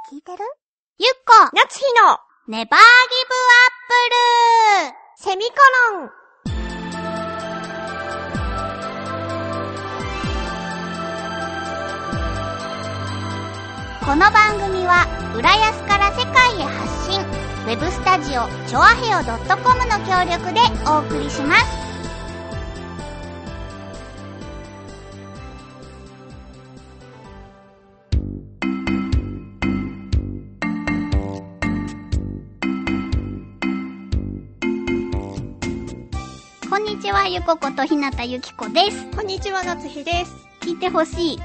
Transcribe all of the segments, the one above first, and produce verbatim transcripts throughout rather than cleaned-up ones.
聞いてる？ゆっこ夏日のネバーギブアップルセミコロン。 この番組は浦安から世界へ発信、ウェブスタジオチョアヘオ .com の協力でお送りします。こんにちは、ゆこことひなたゆきこです。 こんにちは、夏日です。 聞いてほしい。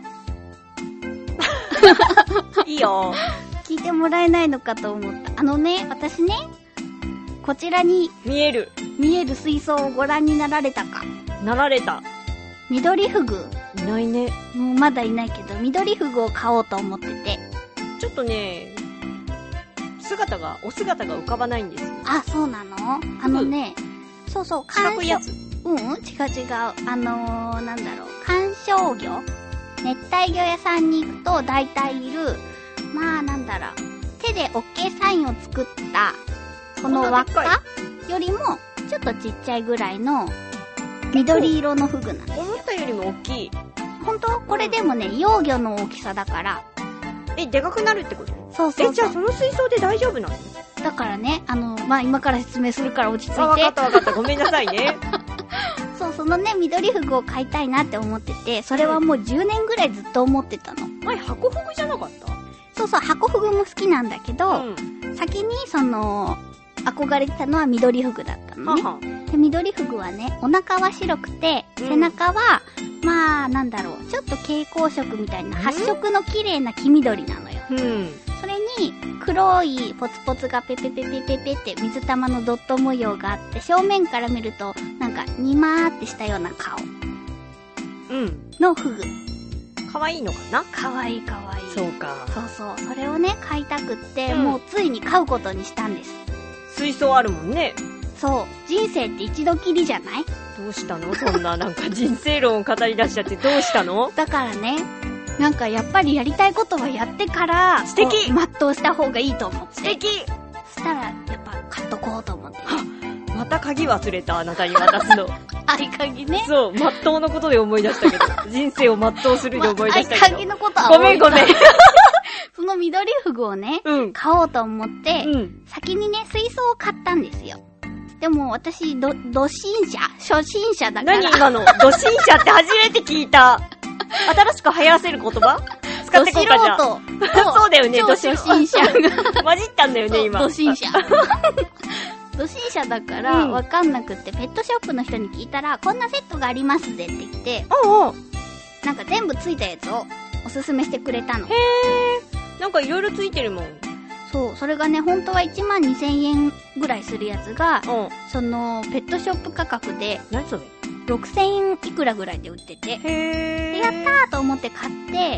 いいよ。 聞いてもらえないのかと思った。あのね、私ね、こちらに見える見える水槽をご覧になられたか。 なられた。 緑フグ。 いないね。 もうまだいないけど、緑フグを買おうと思ってて。 ちょっとね、姿が、お姿が浮かばないんですよ。 あ、そうなの？あのね、そうそう、 四角いやつ。 うん、違う違う。あのー、なんだろう、観賞魚？熱帯魚屋さんに行くと大体いる、まあなんだろう、手で OK サインを作ったこの輪っかよりもちょっとちっちゃいぐらいの緑色のフグなんですよ。 思ったよりも大きい。 ほんと？これでもね、幼魚の大きさだから。 え、でかくなるってこと？ そうそうそう。 え、じゃあその水槽で大丈夫なの？ だからね、あの、まあ今から説明するから落ち着いて。 あ、わかったわかった。ごめんなさいね。 そう、そのね、緑フグを買いたいなって思ってて、それはもうじゅうねんぐらいずっと思ってたの。 前、箱フグじゃなかった？ そうそう、箱フグも好きなんだけど、 うん、 先にその、憧れてたのは緑フグだったのね。ははで緑フグはね、お腹は白くて、うん、背中は、まあ、なんだろう、ちょっと蛍光色みたいな発色の綺麗な黄緑なのよ。うん、それに、黒いポツポツがペペペペペペって水玉のドット模様があって、正面から見ると、なんか、にまーってしたような顔。うん。のフグ。 かわいいのかな？ かわいいかわいい。 そうか。 そうそう。それをね、買いたくって、うん、もうついに買うことにしたんです。 水槽あるもんね。 そう。人生って一度きりじゃない？ どうしたの？そんななんか人生論を語り出しちゃってどうしたの？ だからね、なんかやっぱりやりたいことはやってから、 素敵！ 全うした方がいいと思って。 素敵！ そしたら、やっぱ買っとこうと思って。 また鍵忘れた、あなたに渡すの。 合鍵ね。 そう、全うのことで思い出したけど。人生を全うするで思い出したけど。 合鍵のことはごめんごめん。 その緑フグをね、うん、買おうと思って、うん、先にね、水槽を買ったんですよ。でも私、ど、ど心者初心者だから。 何今のど心者って初めて聞いた。新しく流行らせる言葉使ってこうかじゃあ。そうだよね、 ど初心者が。 混じったんだよね、今。 ど心者。ど心者だから、わかんなくって、ペットショップの人に聞いたら、こんなセットがありますぜって言って、 おうおうなんか全部ついたやつをおすすめしてくれたの。 へー。なんかいろいろついてるもん。 そう、それがね、本当はいちまんにせんえんぐらいするやつが、その、ペットショップ価格で、 何それろくせんえんいくらぐらいで売ってて、 へー。 で、やったーと思って買って、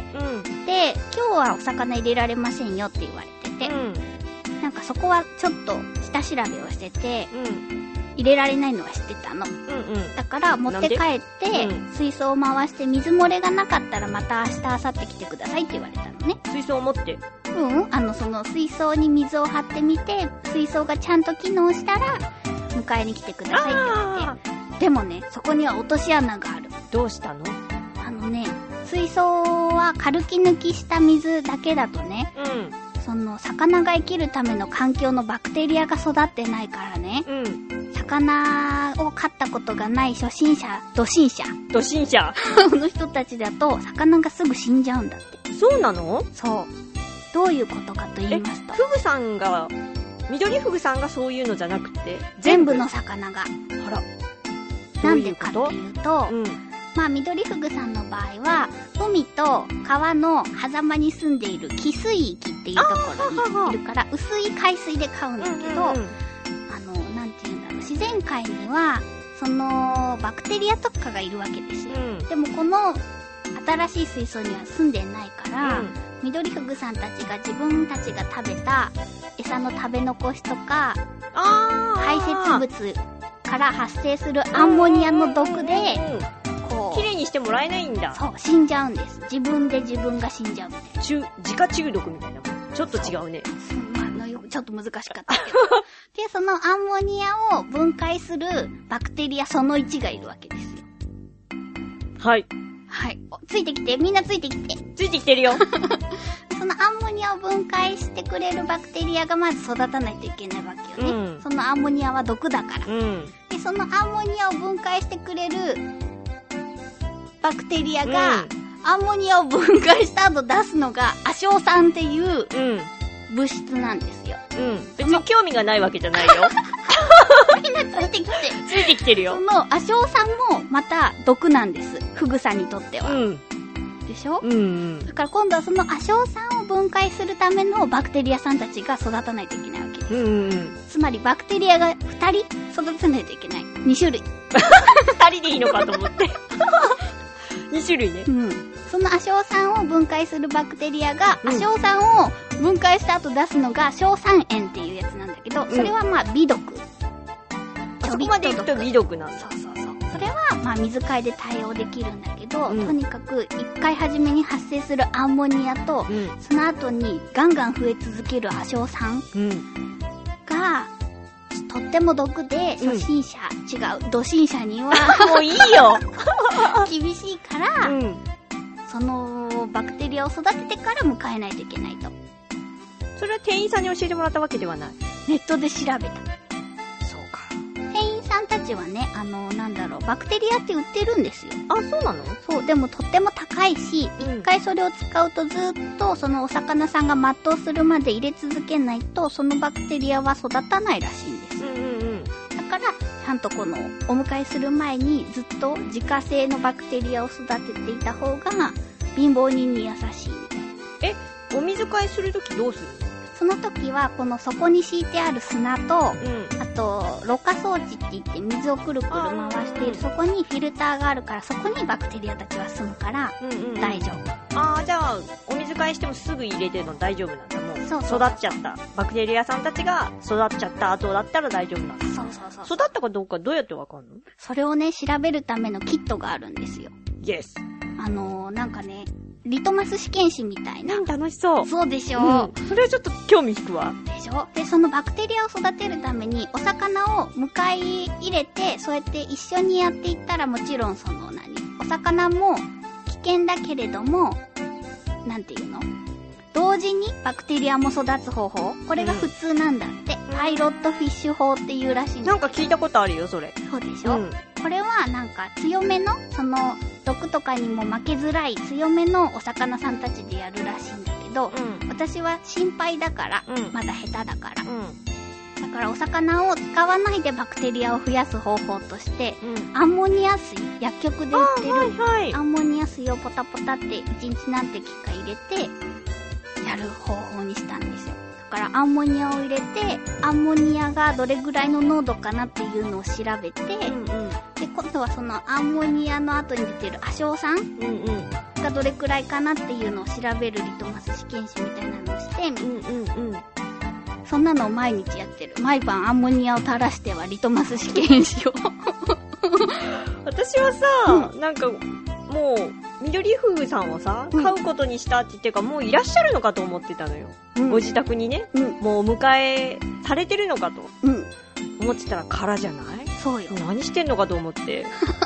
うん、で、今日はお魚入れられませんよって言われてて、うん、なんかそこはちょっと下調べをしてて、うん、入れられないのは知ってたの。うんうん、だから持って帰って、うん、水槽を回して水漏れがなかったらまた明日、明後日来てくださいって言われたのね。 水槽を持って？ うん、あの、その水槽に水を張ってみて、水槽がちゃんと機能したら、迎えに来てくださいって言われて。でもね、そこには落とし穴がある。 どうしたの？ あのね、水槽はカルキ抜きした水だけだとね、うん、その魚が生きるための環境のバクテリアが育ってないからね、うん、魚を飼ったことがない初心者、ど心者、 ど心者の人たちだと魚がすぐ死んじゃうんだって。 そうなの？ そう。どういうことかと言いますと、 フグさんが、緑フグさんがそういうのじゃなくて、 全部の魚が。 あら。 なんでかっていうと、うん、まあ緑フグさんの場合は海と川の狭間に住んでいる汽水域っていうところにいるから薄い海水で飼うんだけど、うんうんうん、あのなんていうんだろう、自然界にはそのバクテリアとかがいるわけですよ、うん、でもこの新しい水槽には住んでないから、うん、緑フグさんたちが自分たちが食べた餌の食べ残しとか排泄物から発生するアンモニアの毒で、こうきれいにしてもらえないんだ。 そう、死んじゃうんです。自分で自分が死んじゃうんです。 中、自家中毒みたいなもん。 ちょっと違うね。 まあのちょっと難しかったけど。で、そのアンモニアを分解するバクテリアそのいちがいるわけですよ。 はい。 はい。ついてきて、みんなついてきて。 ついてきてるよ。 そのアンモニアを分解してくれるバクテリアがまず育たないといけないわけよね。うん、そのアンモニアは毒だから。うん、で、そのアンモニアを分解してくれるバクテリアが、うん、アンモニアを分解した後出すのが亜硝酸っていう物質なんですよ。 うん。別に興味がないわけじゃないよ。 みんなついてきて。 ついてきてるよ。 その亜硝酸もまた毒なんです。フグさんにとっては。うん。でしょ？うんうん。だから今度はその亜硝酸を分解するためのバクテリアさんたちが育たないといけないわけです。うんうん。つまりバクテリアがふたり育てないといけない。に種類。 ふたりでいいのかと思って。に種類ね。うん。 その亜硝酸を分解するバクテリアが、うん、亜硝酸を分解した後出すのが硝酸塩っていうやつなんだけど、うん、それはまあ微毒。 そこまでいくと微毒なんだ。 そうそうそう。それはまあ水替えで対応できるんだけど、うん、とにかく一回初めに発生するアンモニアと、うん、その後にガンガン増え続ける亜硝酸が、うん、とっても毒で初心者、うん、違う、土心者にはもういいよ厳しいから、うん、そのバクテリアを育ててから迎えないといけないと。 それは店員さんに教えてもらったわけではない。 ネットで調べた。店員さんたちはね、あの、なんだろう、バクテリアって売ってるんですよ。 あ、そうなの？ そう、でもとっても高いし、一、うん、回それを使うとずっとそのお魚さんが全うするまで入れ続けないと、そのバクテリアは育たないらしいんですよ。うんうんうん。だから、ちゃんとこの、お迎えする前にずっと自家製のバクテリアを育てていた方が、貧乏人に優しいみたいな。 え、お水替えするときどうするの？ その時はこの底に敷いてある砂と、うん、あとろ過装置って言って水をくるくる回している、そこにフィルターがあるから、そこにバクテリアたちは住むから、うんうん、大丈夫。 ああ、じゃあお水替えしてもすぐ入れても大丈夫なんだ。もうそうそうそう、育っちゃったバクテリアさんたちが育っちゃった後だったら大丈夫なんだ。そうそうそう。育ったかどうかどうやってわかんの？ それをね、調べるためのキットがあるんですよ。 イエス。 あのー、なんかね、リトマス試験紙みたいな。 楽しそう。 そうでしょう、うん。それはちょっと興味引くわ。 でしょ。で、そのバクテリアを育てるために、お魚を迎え入れて、そうやって一緒にやっていったら、もちろんその何、お魚も危険だけれども、なんていうの？同時にバクテリアも育つ方法、これが普通なんだって、うん、パイロットフィッシュ法っていうらしいんだ。 なんか聞いたことあるよ、それ。 そうでしょ、うん、これはなんか強めの、その毒とかにも負けづらい強めのお魚さんたちでやるらしいんだけど、うん、私は心配だから、うん、まだ下手だから、うん、だからお魚を使わないでバクテリアを増やす方法として、うん、アンモニア水、薬局で売ってる、はいはい、アンモニア水をポタポタっていちにち何滴か入れてやる方法にしたんですよ。だからアンモニアを入れて、アンモニアがどれぐらいの濃度かなっていうのを調べて、うんうん、で今度はそのアンモニアの後に出てる亜硝酸がどれくらいかなっていうのを調べるリトマス試験紙みたいなのをして、うんうんうん、そんなのを毎日やってる。毎晩アンモニアを垂らしてはリトマス試験紙を私はさ、うん、なんかもう緑フグさんをさ、うん、買うことにしたって言ってるか、もういらっしゃるのかと思ってたのよ、うん、ご自宅にね、うん、もうお迎えされてるのかと、うん、思ってたら空じゃない？ そうよ。 何してんのかと思って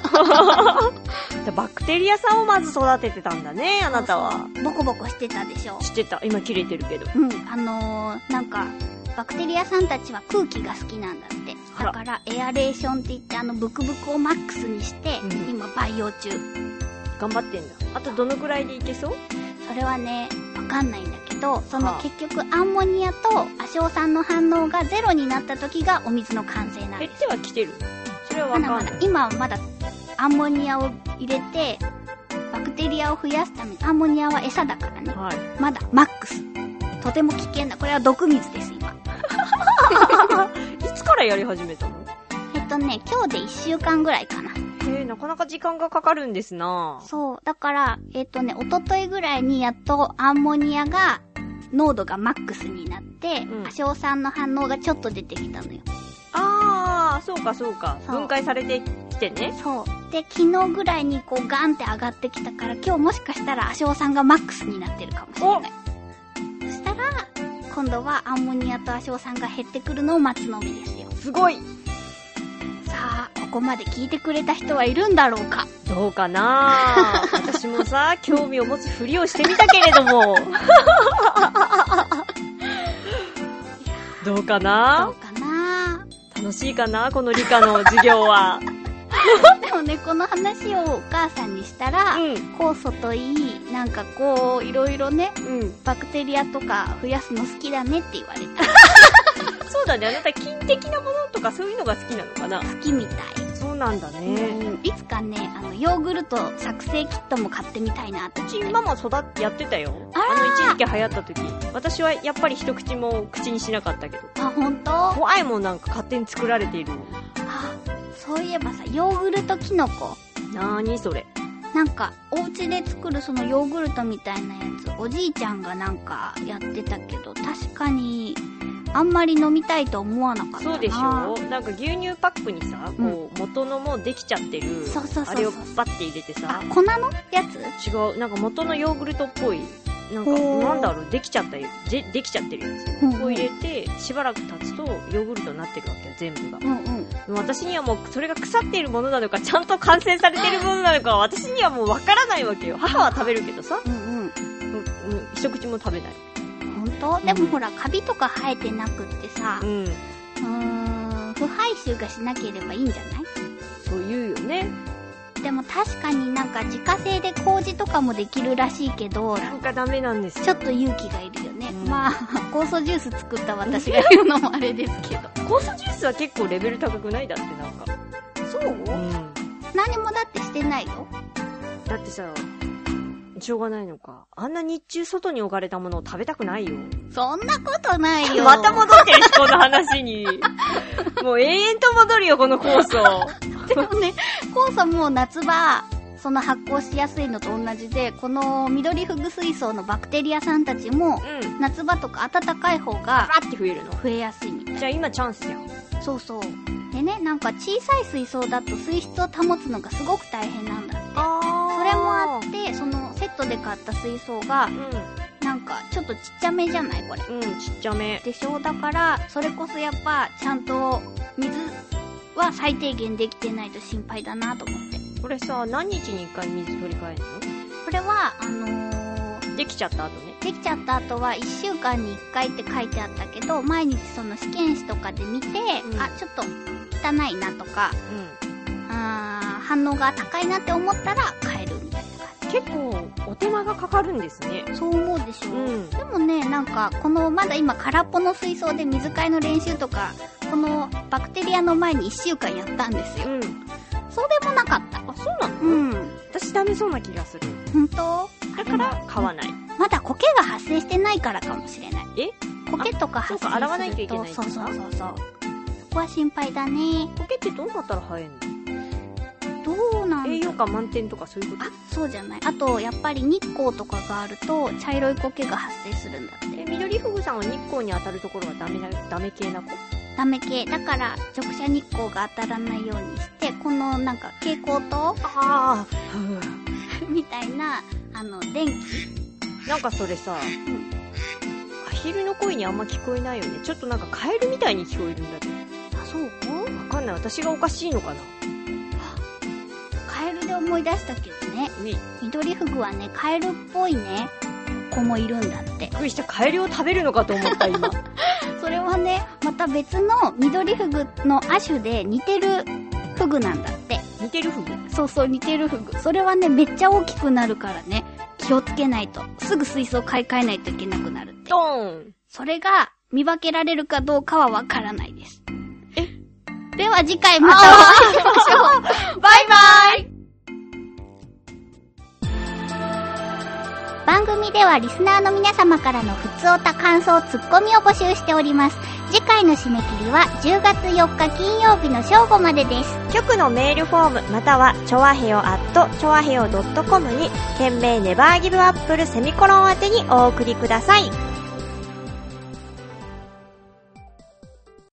バクテリアさんをまず育ててたんだね、あなたは。 そうそう、ボコボコしてたでしょ。 してた。今切れてるけど、 うん、あのー、なんかバクテリアさんたちは空気が好きなんだって。だからエアレーションって言って、あのブクブクをマックスにして、うん、今培養中。 頑張ってんだ。あとどのくらいでいけそう？ それはね、わかんないんだけど、その結局アンモニアと亜硝酸の反応がゼロになった時がお水の完成なんです。 減ってはきてる？それはわかんない。まだまだ今はまだアンモニアを入れてバクテリアを増やすために、アンモニアは餌だからね、はい、まだマックス。とても危険だ。これは毒水です今いつからやり始めたの？ えっとね、今日でいっしゅうかんぐらいかな。 へえ、なかなか時間がかかるんですな。 そう。だから、えっとね、一昨日ぐらいにやっとアンモニアが、濃度がマックスになって、うん、亜硝酸の反応がちょっと出てきたのよ。 あー、そうかそうか。そう分解されてきてね。 そう。で、昨日ぐらいにこうガンって上がってきたから、今日もしかしたら亜硝酸がマックスになってるかもしれない。そしたら、 今度はアンモニアと亜硝酸が減ってくるのを待つのみですよ。 すごい。 さあ、ここまで聞いてくれた人はいるんだろうか。 どうかな私もさ、興味を持つふりをしてみたけれども。どうかなどうかな楽しいかなこの理科の授業は。 でもね、この話をお母さんにしたら、うん、酵素といい、なんかこう、いろいろね、うん、バクテリアとか増やすの好きだねって言われた。 そうだね、あなた菌的なものとかそういうのが好きなのかな。 好きみたい。 そうなんだね。 うん、いつかね、あの、ヨーグルト作成キットも買ってみたいなって。 うちママ育ってやってたよ。あの、一時期流行った時。私はやっぱり一口も口にしなかったけど。 あ、ほんと？ 怖いもんなんか勝手に作られている。 あ、そういえばさ、ヨーグルトキノコ。 なーにそれ。 なんか、お家で作るそのヨーグルトみたいなやつ、おじいちゃんがなんかやってたけど、確かに、あんまり飲みたいと思わなかったな。 そうでしょ。なんか牛乳パックにさ、こう、元のもうできちゃってる、 そうそうそうそう、 あれをバッて入れてさ。 あ、粉のやつ？ 違う。なんか元のヨーグルトっぽい。なんか、なんだろう、できちゃったよ。で、できちゃってるやつを入れて、しばらく経つと、ヨーグルトになってるわけよ、全部が。うんうん。私にはもう、それが腐っているものなのか、ちゃんと完成されているものなのか、私にはもうわからないわけよ。母は食べるけどさ。うんうん。うん、一口も食べない。 ほんと？でもほら、カビとか生えてなくってさ、うん。うーん、腐敗臭がしなければいいんじゃない？ そう言うよね。 でも確かになんか自家製で麹とかもできるらしいけど、 なんかダメなんですよ。 ちょっと勇気がいるよね。うん、まあ、酵素ジュース作った私が言うのもあれですけど。 酵素ジュースは結構レベル高くないだってなんか。 そう？うん。何もだってしてないよ。 だってさ、しょうがないのか。あんな日中外に置かれたものを食べたくないよ。 そんなことないよ。 また戻ってるし、この話に。もう永遠と戻るよ、この酵素。 でもね、酵素も夏場、その発酵しやすいのと同じで、この緑フグ水槽のバクテリアさんたちも、うん、夏場とか暖かい方が、 バーって増えるの？ 増えやすいみたい。 じゃあ今チャンスじゃん。 そうそう。でね、なんか小さい水槽だと水質を保つのがすごく大変なんだって。あー。それもあって、そのセットで買った水槽が、うん、なんかちょっとちっちゃめじゃないこれ。 うん、ちっちゃめ。 でしょ？だから、それこそやっぱ、ちゃんと水は最低限できてないと心配だなと思って。 これさ、何日に一回水取り替えるの？ これは、あのー、 できちゃった後ね。 できちゃった後は、一週間に一回って書いてあったけど、毎日その試験紙とかで見て、うん、あ、ちょっと汚いなとか、うん、あ反応が高いなって思ったら変えるみたいな感じ。 結構、お手間がかかるんですね。 そう思うでしょ、うん、でもね、なんか、この、まだ今空っぽの水槽で水替えの練習とか、このバクテリアの前に一週間やったんですよ。うん。そうでもなかった。 あ、そうなの？うん。私ダメそうな気がする。 ほんと？ だから買わない。 まだ苔が発生してないからかもしれない。 え？ 苔とか発生すると。そうか、 洗わないといけない。 そうそうそうそう。そこは心配だね。 苔ってどうなったら生えんの？ どうなんだ？ 栄養価満点とかそういうこと？ あ、そうじゃない。あと、やっぱり日光とかがあると、茶色い苔が発生するんだって。 え、緑フグさんは日光に当たるところはダメな、ダメ系な子？ ダメ系。だから、直射日光が当たらないようにして、このなんか蛍光灯あーみたいな、あの、電気なんかそれさ、うん、アヒルの声にあんま聞こえないよね。ちょっとなんかカエルみたいに聞こえるんだけど。 あ、そう？ わかんない。私がおかしいのかな。 カエルで思い出したけどね。緑フグはね、カエルっぽいね、子もいるんだって。 びっくりした。カエルを食べるのかと思った今。 それはね、また別の緑フグの亜種で似てるフグなんだって。 似てるフグ？ そうそう、似てるフグ。それはね、めっちゃ大きくなるからね、気をつけないと。すぐ水槽買い替えないといけなくなるって。 ドーン。 それが見分けられるかどうかはわからないです。え？では次回またお会いしましょう。バイバイ。番組ではリスナーの皆様からのふつおた、感想、ツッコミを募集しております。次回の締め切りはじゅうがつよっか金曜日の正午までです。 局のメールフォームまたはチョアヘヨアットチョアヘヨドットコムに件名ネバーギブアップルセミコロン宛てにお送りください。